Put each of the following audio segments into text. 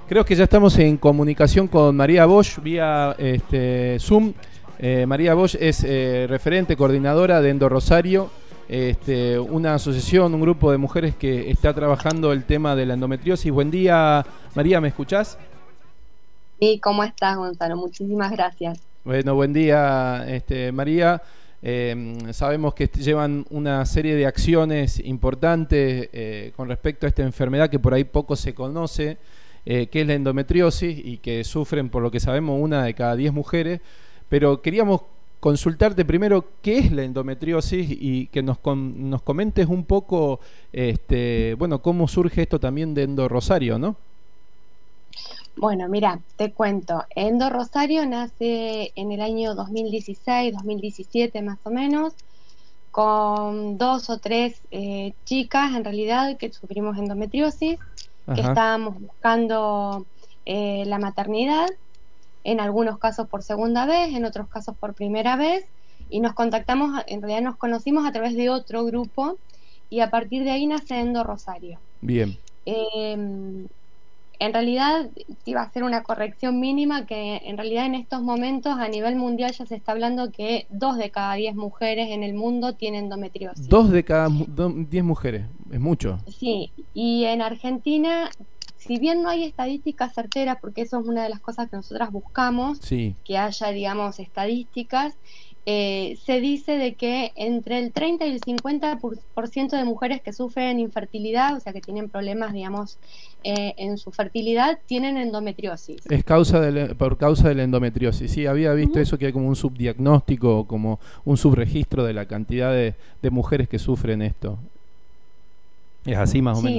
Creo que ya estamos en comunicación con María Bosch vía Zoom. María Bosch es referente, coordinadora de Endo Rosario, una asociación, un grupo de mujeres que está trabajando el tema de la endometriosis. Buen día, María, ¿me escuchás? Sí, ¿cómo estás, Gonzalo? Muchísimas gracias. Bueno, buen día, María. Sabemos que llevan una serie de acciones importantes con respecto a esta enfermedad que por ahí poco se conoce, que es la endometriosis y que sufren, por lo que sabemos, 1 de cada 10 mujeres. Pero queríamos consultarte primero qué es la endometriosis y que nos comentes un poco, bueno, cómo surge esto también de Endo Rosario, ¿no? Bueno, mira, te cuento. Endo Rosario nace en el año 2016, 2017 más o menos, con 2 o 3 chicas en realidad que sufrimos endometriosis, que Ajá. estábamos buscando la maternidad, en algunos casos por segunda vez, en otros casos por primera vez, y nos contactamos, en realidad nos conocimos a través de otro grupo, y a partir de ahí nace Endo Rosario. Bien. En realidad, te iba a hacer una corrección mínima, que en realidad en estos momentos a nivel mundial ya se está hablando que 2 de cada 10 mujeres en el mundo tienen endometriosis. 2 de cada 10 mujeres, es mucho. Sí, y en Argentina, si bien no hay estadísticas certeras, porque eso es una de las cosas que nosotras buscamos, Sí. que haya, digamos, estadísticas, se dice de que entre el 30 y el 50% de mujeres que sufren infertilidad, o sea, que tienen problemas, digamos, en su fertilidad, tienen endometriosis. Es por causa de la endometriosis. Sí, había visto eso, que hay como un subdiagnóstico, como un subregistro de la cantidad de mujeres que sufren esto. ¿Es así más o menos?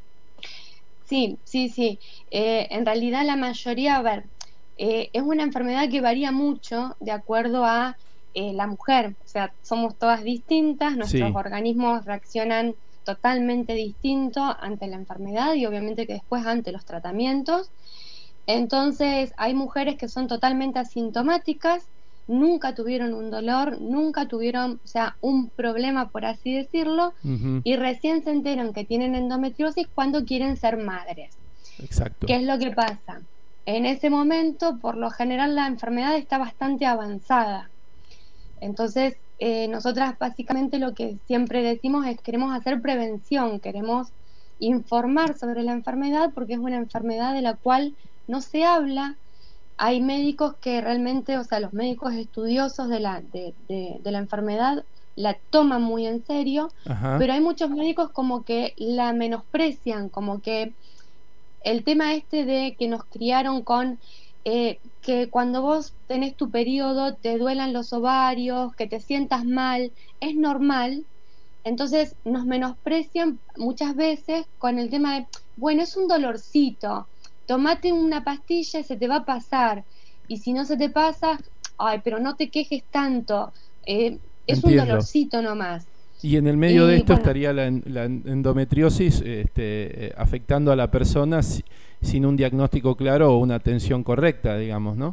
Sí. En realidad la mayoría, a ver, es una enfermedad que varía mucho de acuerdo a la mujer. O sea, somos todas distintas, nuestros Sí. organismos reaccionan totalmente distinto ante la enfermedad y obviamente que después ante los tratamientos. Entonces hay mujeres que son totalmente asintomáticas, nunca tuvieron un dolor, nunca tuvieron, o sea, un problema, por así decirlo, Ujú. y recién se enteran que tienen endometriosis cuando quieren ser madres. Exacto. ¿Qué es lo que pasa? En ese momento, por lo general, la enfermedad está bastante avanzada. Entonces, nosotras básicamente lo que siempre decimos es: queremos hacer prevención, queremos informar sobre la enfermedad, porque es una enfermedad de la cual no se habla. Hay médicos que realmente, o sea, los médicos estudiosos de la enfermedad la toman muy en serio, Ajá. pero hay muchos médicos como que la menosprecian, como que el tema este de que nos criaron con que cuando vos tenés tu periodo te duelan los ovarios, que te sientas mal, es normal. Entonces nos menosprecian muchas veces con el tema de, bueno, es un dolorcito, tomate una pastilla y se te va a pasar. Y si no se te pasa, ay, pero no te quejes tanto, es un Entiendo. dolorcito nomás. Y en el medio de Y esto bueno, estaría la endometriosis afectando a la persona sin un diagnóstico claro o una atención correcta, digamos, ¿no?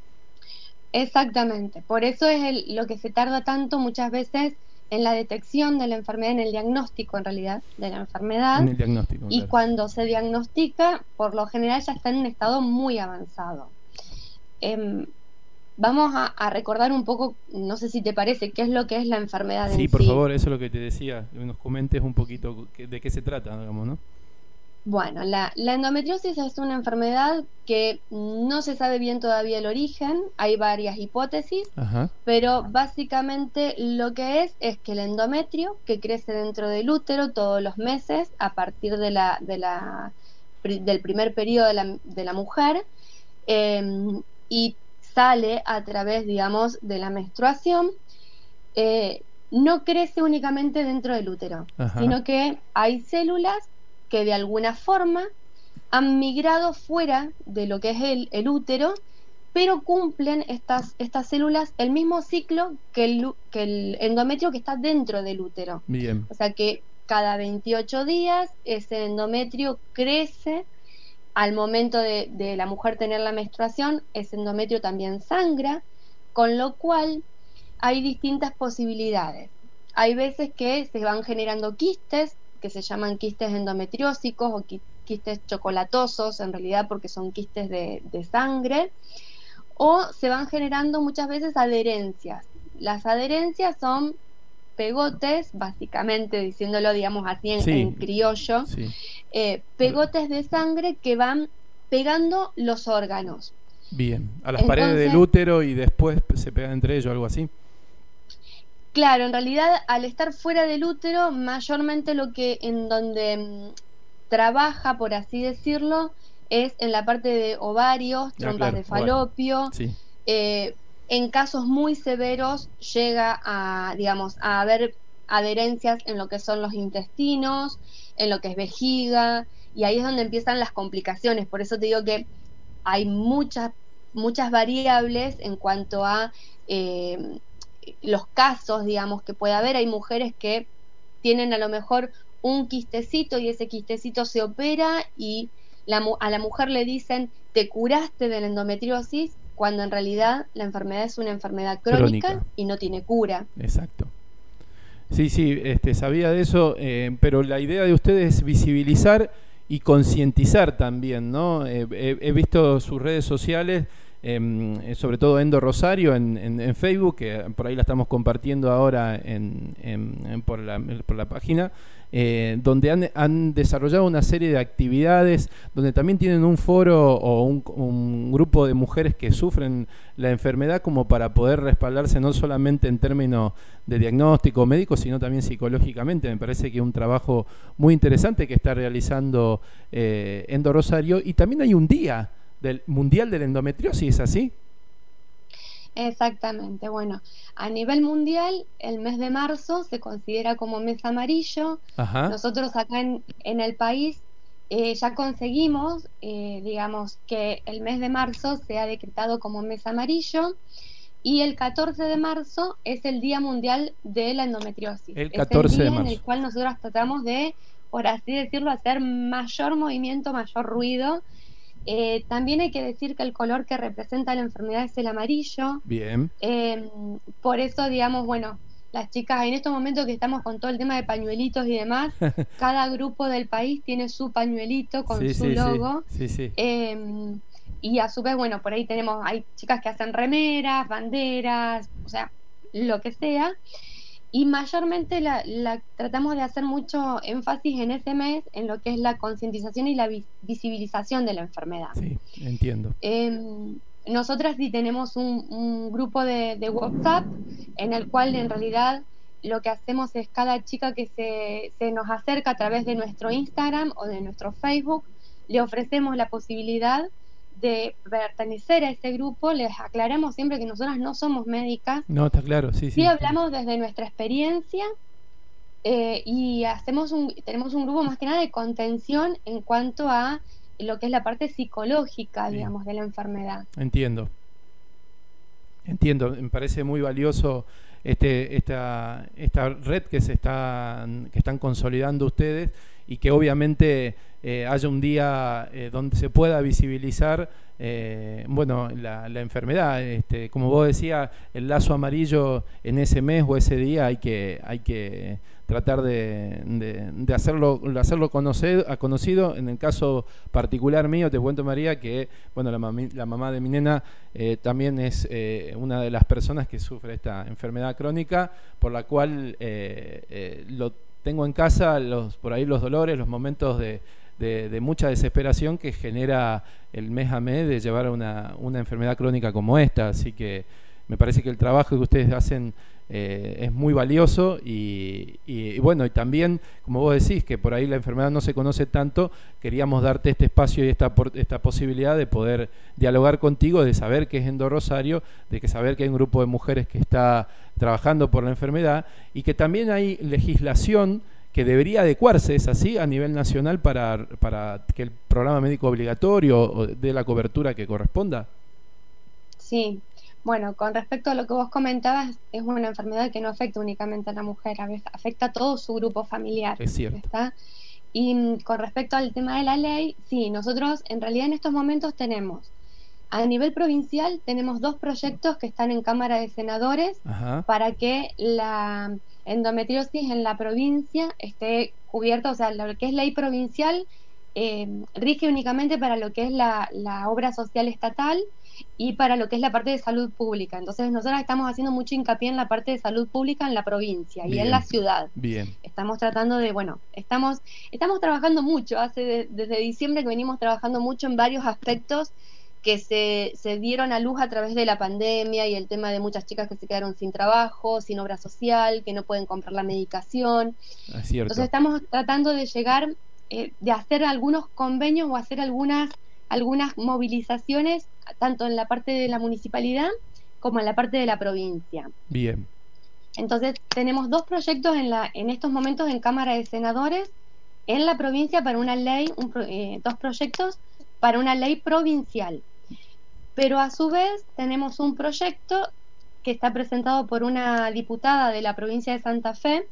exactamente. Por eso es lo que se tarda tanto muchas veces en la detección de la enfermedad, en el diagnóstico en realidad de la En enfermedad. el diagnóstico, Y claro. cuando se diagnostica, por lo general ya está en un estado muy avanzado. Em, Vamos a recordar un poco, no sé si te parece, qué es lo que es la enfermedad Sí, en por sí. favor, eso es lo que te decía, que nos comentes un poquito de qué se trata, digamos, ¿no? Bueno, la endometriosis es una enfermedad que no se sabe bien todavía el origen, hay varias hipótesis, Ajá. pero básicamente lo que es que el endometrio, que crece dentro del útero todos los meses a partir del primer periodo de la mujer, eh, y sale a través, digamos, de la menstruación, eh, no crece únicamente dentro del útero, Ajá. sino que hay células que de alguna forma han migrado fuera de lo que es el útero, pero cumplen estas células el mismo ciclo que el endometrio que está dentro del útero. Bien. O sea que cada 28 días ese endometrio crece. Al momento de la mujer tener la menstruación, ese endometrio también sangra, con lo cual hay distintas posibilidades. Hay veces que se van generando quistes, que se llaman quistes endometriósicos o quistes chocolatosos, en realidad porque son quistes de sangre, o se van generando muchas veces adherencias. Las adherencias son pegotes, básicamente diciéndolo, digamos así en criollo, pegotes de sangre que van pegando los órganos. Bien, a las paredes del útero y después se pegan entre ellos, algo así. Claro, en realidad al estar fuera del útero, mayormente lo que en donde trabaja, por así decirlo, es en la parte de ovarios, trompas de falopio. Sí. En casos muy severos llega a, digamos, a haber adherencias en lo que son los intestinos, en lo que es vejiga, y ahí es donde empiezan las complicaciones. Por eso te digo que hay muchas variables en cuanto a los casos, digamos, que puede haber. Hay mujeres que tienen a lo mejor un quistecito y ese quistecito se opera y a la mujer le dicen, te curaste de la endometriosis, cuando en realidad la enfermedad es una enfermedad crónica y no tiene cura. Exacto. Sí, sabía de eso, pero la idea de ustedes es visibilizar y concientizar también, ¿no? He visto sus redes sociales, sobre todo Endo Rosario en Facebook, que por ahí la estamos compartiendo ahora por la página, donde han desarrollado una serie de actividades, donde también tienen un foro o un grupo de mujeres que sufren la enfermedad, como para poder respaldarse no solamente en términos de diagnóstico médico, sino también psicológicamente. Me parece que es un trabajo muy interesante que está realizando Endo Rosario, y también hay un día del Mundial de la Endometriosis, ¿es así? Exactamente. Bueno, a nivel mundial, el mes de marzo se considera como mes amarillo. Ajá. Nosotros acá en el país ya conseguimos, digamos, que el mes de marzo sea decretado como mes amarillo, y el 14 de marzo es el Día Mundial de la Endometriosis. El 14 es el día de marzo. En el cual nosotros tratamos de, por así decirlo, hacer mayor movimiento, mayor ruido. También hay que decir que el color que representa la enfermedad es el amarillo. Bien. Por eso, digamos, bueno, las chicas en estos momentos que estamos con todo el tema de pañuelitos y demás, cada grupo del país tiene su pañuelito con su logo. Sí. Y a su vez, bueno, por ahí hay chicas que hacen remeras, banderas, o sea, lo que sea. Y mayormente tratamos de hacer mucho énfasis en ese mes en lo que es la concientización y la visibilización de la enfermedad. Sí, entiendo. Nosotras sí tenemos un grupo de WhatsApp en el cual en realidad lo que hacemos es cada chica que se nos acerca a través de nuestro Instagram o de nuestro Facebook, le ofrecemos la posibilidad de pertenecer a ese grupo. Les aclaramos siempre que nosotras no somos médicas. No, está claro, sí. Sí hablamos desde nuestra experiencia, y tenemos un grupo más que nada de contención en cuanto a lo que es la parte psicológica, digamos, de la enfermedad. Entiendo, me parece muy valioso esta red que están consolidando ustedes, y que obviamente haya un día donde se pueda visibilizar la enfermedad. Como vos decías, el lazo amarillo en ese mes o ese día hay que tratar de hacerlo conocido. En el caso particular mío, te cuento, María, que bueno, la mamá de mi nena también es una de las personas que sufre esta enfermedad crónica, por la cual lo tengo en casa, por ahí los dolores, los momentos de mucha desesperación que genera el mes a mes de llevar a una enfermedad crónica como esta. Así que me parece que el trabajo que ustedes hacen es muy valioso, y bueno, y también, como vos decís, que por ahí la enfermedad no se conoce tanto, queríamos darte este espacio y esta posibilidad de poder dialogar contigo, de saber qué es Endo Rosario, de saber que hay un grupo de mujeres que está trabajando por la enfermedad, y que también hay legislación que debería adecuarse, ¿es así?, a nivel nacional para que el programa médico obligatorio dé la cobertura que corresponda. Sí. Bueno, con respecto a lo que vos comentabas, es una enfermedad que no afecta únicamente a la mujer, a veces afecta a todo su grupo familiar. Es cierto. ¿Está? Y con respecto al tema de la ley, sí, nosotros en realidad en estos momentos a nivel provincial, tenemos 2 proyectos que están en Cámara de Senadores. Ajá. Para que la endometriosis en la provincia esté cubierta, o sea, lo que es ley provincial rige únicamente para lo que es la obra social estatal y para lo que es la parte de salud pública. Entonces nosotros estamos haciendo mucho hincapié en la parte de salud pública en la provincia y en la ciudad. Bien. Estamos tratando de, estamos trabajando mucho, desde diciembre que venimos trabajando mucho en varios aspectos que se dieron a luz a través de la pandemia y el tema de muchas chicas que se quedaron sin trabajo, sin obra social, que no pueden comprar la medicación. Es cierto. Entonces estamos tratando de llegar, de hacer algunos convenios o hacer algunas movilizaciones, tanto en la parte de la municipalidad como en la parte de la provincia. Bien. Entonces tenemos 2 proyectos en estos momentos en Cámara de Senadores, en la provincia para una ley, 2 proyectos para una ley provincial. Pero a su vez tenemos un proyecto que está presentado por una diputada de la provincia de Santa Fe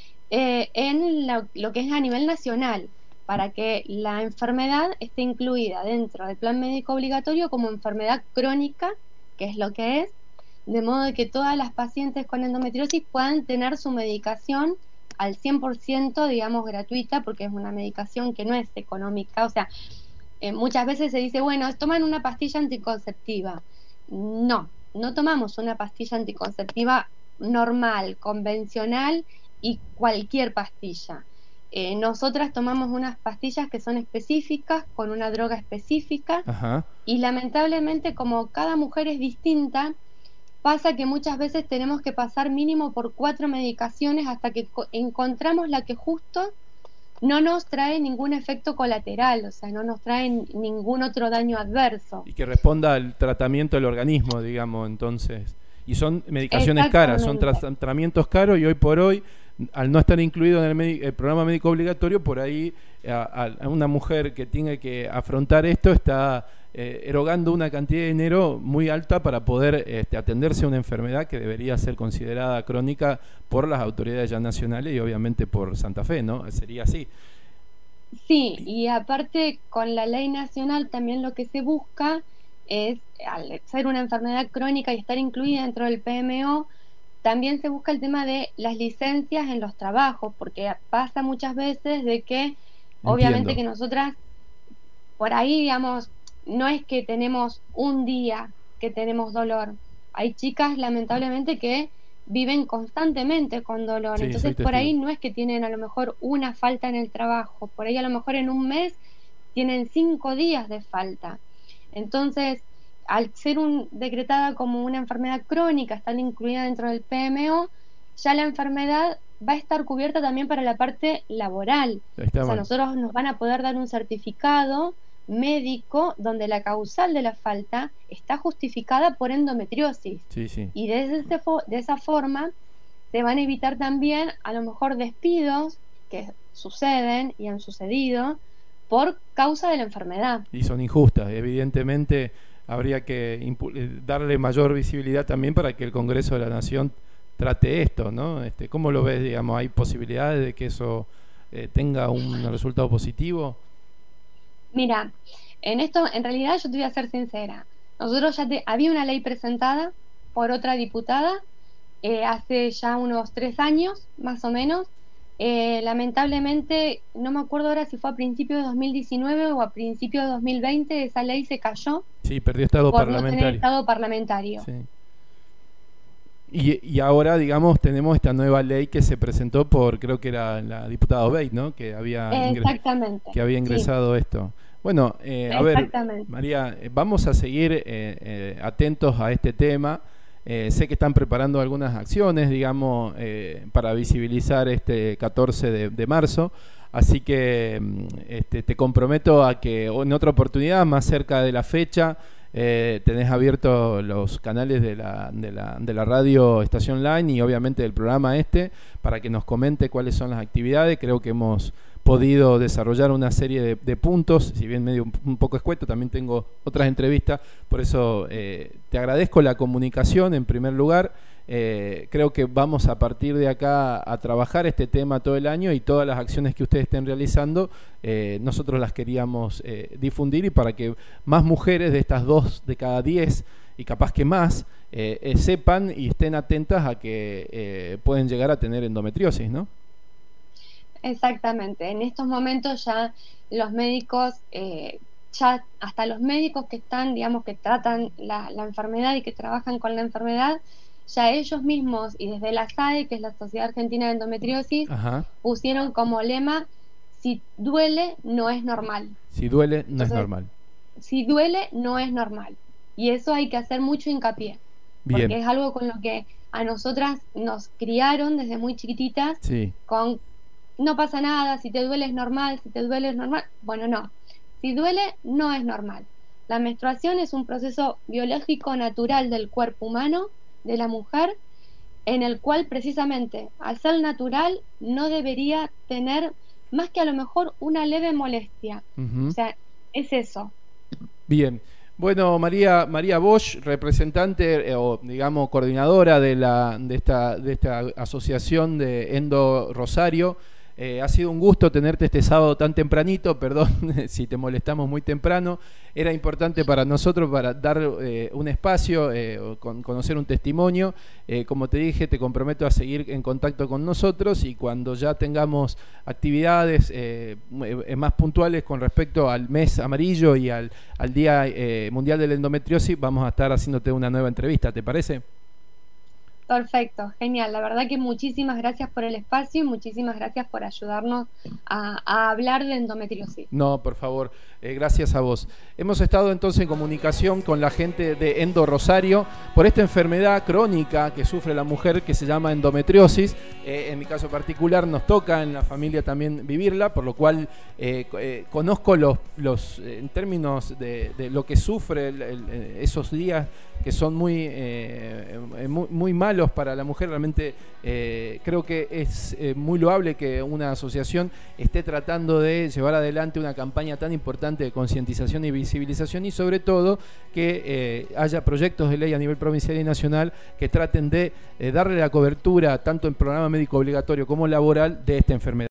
en lo que es a nivel nacional, para que la enfermedad esté incluida dentro del plan médico obligatorio como enfermedad crónica, que es lo que es, de modo de que todas las pacientes con endometriosis puedan tener su medicación al 100%, digamos, gratuita, porque es una medicación que no es económica. O sea, muchas veces se dice, bueno, toman una pastilla anticonceptiva. No tomamos una pastilla anticonceptiva normal, convencional y cualquier pastilla. Nosotras tomamos unas pastillas que son específicas, con una droga específica. Ajá. Y lamentablemente, como cada mujer es distinta, pasa que muchas veces tenemos que pasar mínimo por 4 medicaciones hasta que encontramos la que justo no nos trae ningún efecto colateral, o sea, no nos trae ningún otro daño adverso. Y que responda al tratamiento del organismo, digamos, entonces. Y son medicaciones caras, son tratamientos caros, y hoy por hoy, al no estar incluido en el programa médico obligatorio, por ahí a una mujer que tiene que afrontar esto está erogando una cantidad de dinero muy alta para poder atenderse a una enfermedad que debería ser considerada crónica por las autoridades ya nacionales y obviamente por Santa Fe, ¿no? Sería así. Sí, y aparte con la ley nacional también lo que se busca es, al ser una enfermedad crónica y estar incluida dentro del PMO, también se busca el tema de las licencias en los trabajos, porque pasa muchas veces de que, obviamente que nosotras, por ahí, digamos, no es que tenemos un día que tenemos dolor. Hay chicas, lamentablemente, que viven constantemente con dolor. Sí, entonces, por ahí no es que tienen a lo mejor una falta en el trabajo. Por ahí a lo mejor en un mes tienen 5 días de falta. Entonces, al ser decretada como una enfermedad crónica, estar incluida dentro del PMO, ya la enfermedad va a estar cubierta también para la parte laboral. O sea, nosotros nos van a poder dar un certificado médico donde la causal de la falta está justificada por endometriosis. Sí, sí. Y de esa forma se van a evitar también a lo mejor despidos que suceden y han sucedido por causa de la enfermedad. Y son injustas, evidentemente. Habría que darle mayor visibilidad también para que el Congreso de la Nación trate esto, ¿no? ¿Cómo lo ves, digamos? ¿Hay posibilidades de que eso tenga un resultado positivo? Mira, en realidad yo te voy a ser sincera. Nosotros había una ley presentada por otra diputada hace ya unos 3 años, más o menos. Lamentablemente, no me acuerdo ahora si fue a principios de 2019 o a principios de 2020, esa ley se cayó. Sí, perdió estado parlamentario. No tener estado parlamentario. Sí. Y ahora, digamos, tenemos esta nueva ley que se presentó por, creo que era la diputada Obeid, ¿no? Que había ingresado esto. Bueno, a ver, María, vamos a seguir atentos a este tema. Sé que están preparando algunas acciones, digamos, para visibilizar este 14 de marzo. Así que te comprometo a que en otra oportunidad, más cerca de la fecha, tenés abiertos los canales de la radio Estación Line y obviamente del programa para que nos comente cuáles son las actividades. Creo que hemos podido desarrollar una serie de puntos, si bien medio un poco escueto, también tengo otras entrevistas, por eso te agradezco la comunicación en primer lugar. Creo que vamos a partir de acá a trabajar este tema todo el año y todas las acciones que ustedes estén realizando, nosotros las queríamos difundir y para que más mujeres de estas 2 de cada 10 y capaz que más sepan y estén atentas a que pueden llegar a tener endometriosis, ¿no? Exactamente. En estos momentos ya los médicos, ya hasta los médicos que están, digamos, que tratan la enfermedad y que trabajan con la enfermedad, ya ellos mismos y desde la SAE, que es la Sociedad Argentina de Endometriosis, Ajá. pusieron como lema: si duele, no es normal. Si duele, no Entonces, es normal. Si duele, no es normal. Y eso hay que hacer mucho hincapié, Bien. porque es algo con lo que a nosotras nos criaron desde muy chiquititas, Sí. con no pasa nada, si te duele es normal, si te duele es normal. Bueno, no. Si duele, no es normal. La menstruación es un proceso biológico natural del cuerpo humano, de la mujer, en el cual precisamente, al ser natural, no debería tener más que a lo mejor una leve molestia. Uh-huh. O sea, es eso. Bien. Bueno, María Bosch, representante o digamos coordinadora de esta asociación de Endo Rosario. Ha sido un gusto tenerte este sábado tan tempranito, perdón si te molestamos muy temprano. Era importante para nosotros para dar un espacio, conocer un testimonio. Como te dije, te comprometo a seguir en contacto con nosotros y cuando ya tengamos actividades más puntuales con respecto al mes amarillo y al Día Mundial de la Endometriosis, vamos a estar haciéndote una nueva entrevista, ¿te parece? Perfecto, genial. La verdad que muchísimas gracias por el espacio y muchísimas gracias por ayudarnos a hablar de endometriosis. No, por favor, gracias a vos. Hemos estado entonces en comunicación con la gente de Endo Rosario por esta enfermedad crónica que sufre la mujer que se llama endometriosis. En mi caso particular nos toca en la familia también vivirla, por lo cual conozco en términos de lo que sufre esos días que son muy malos para la mujer. Realmente creo que es muy loable que una asociación esté tratando de llevar adelante una campaña tan importante de concientización y visibilización y sobre todo que haya proyectos de ley a nivel provincial y nacional que traten de darle la cobertura tanto en programa médico obligatorio como laboral de esta enfermedad.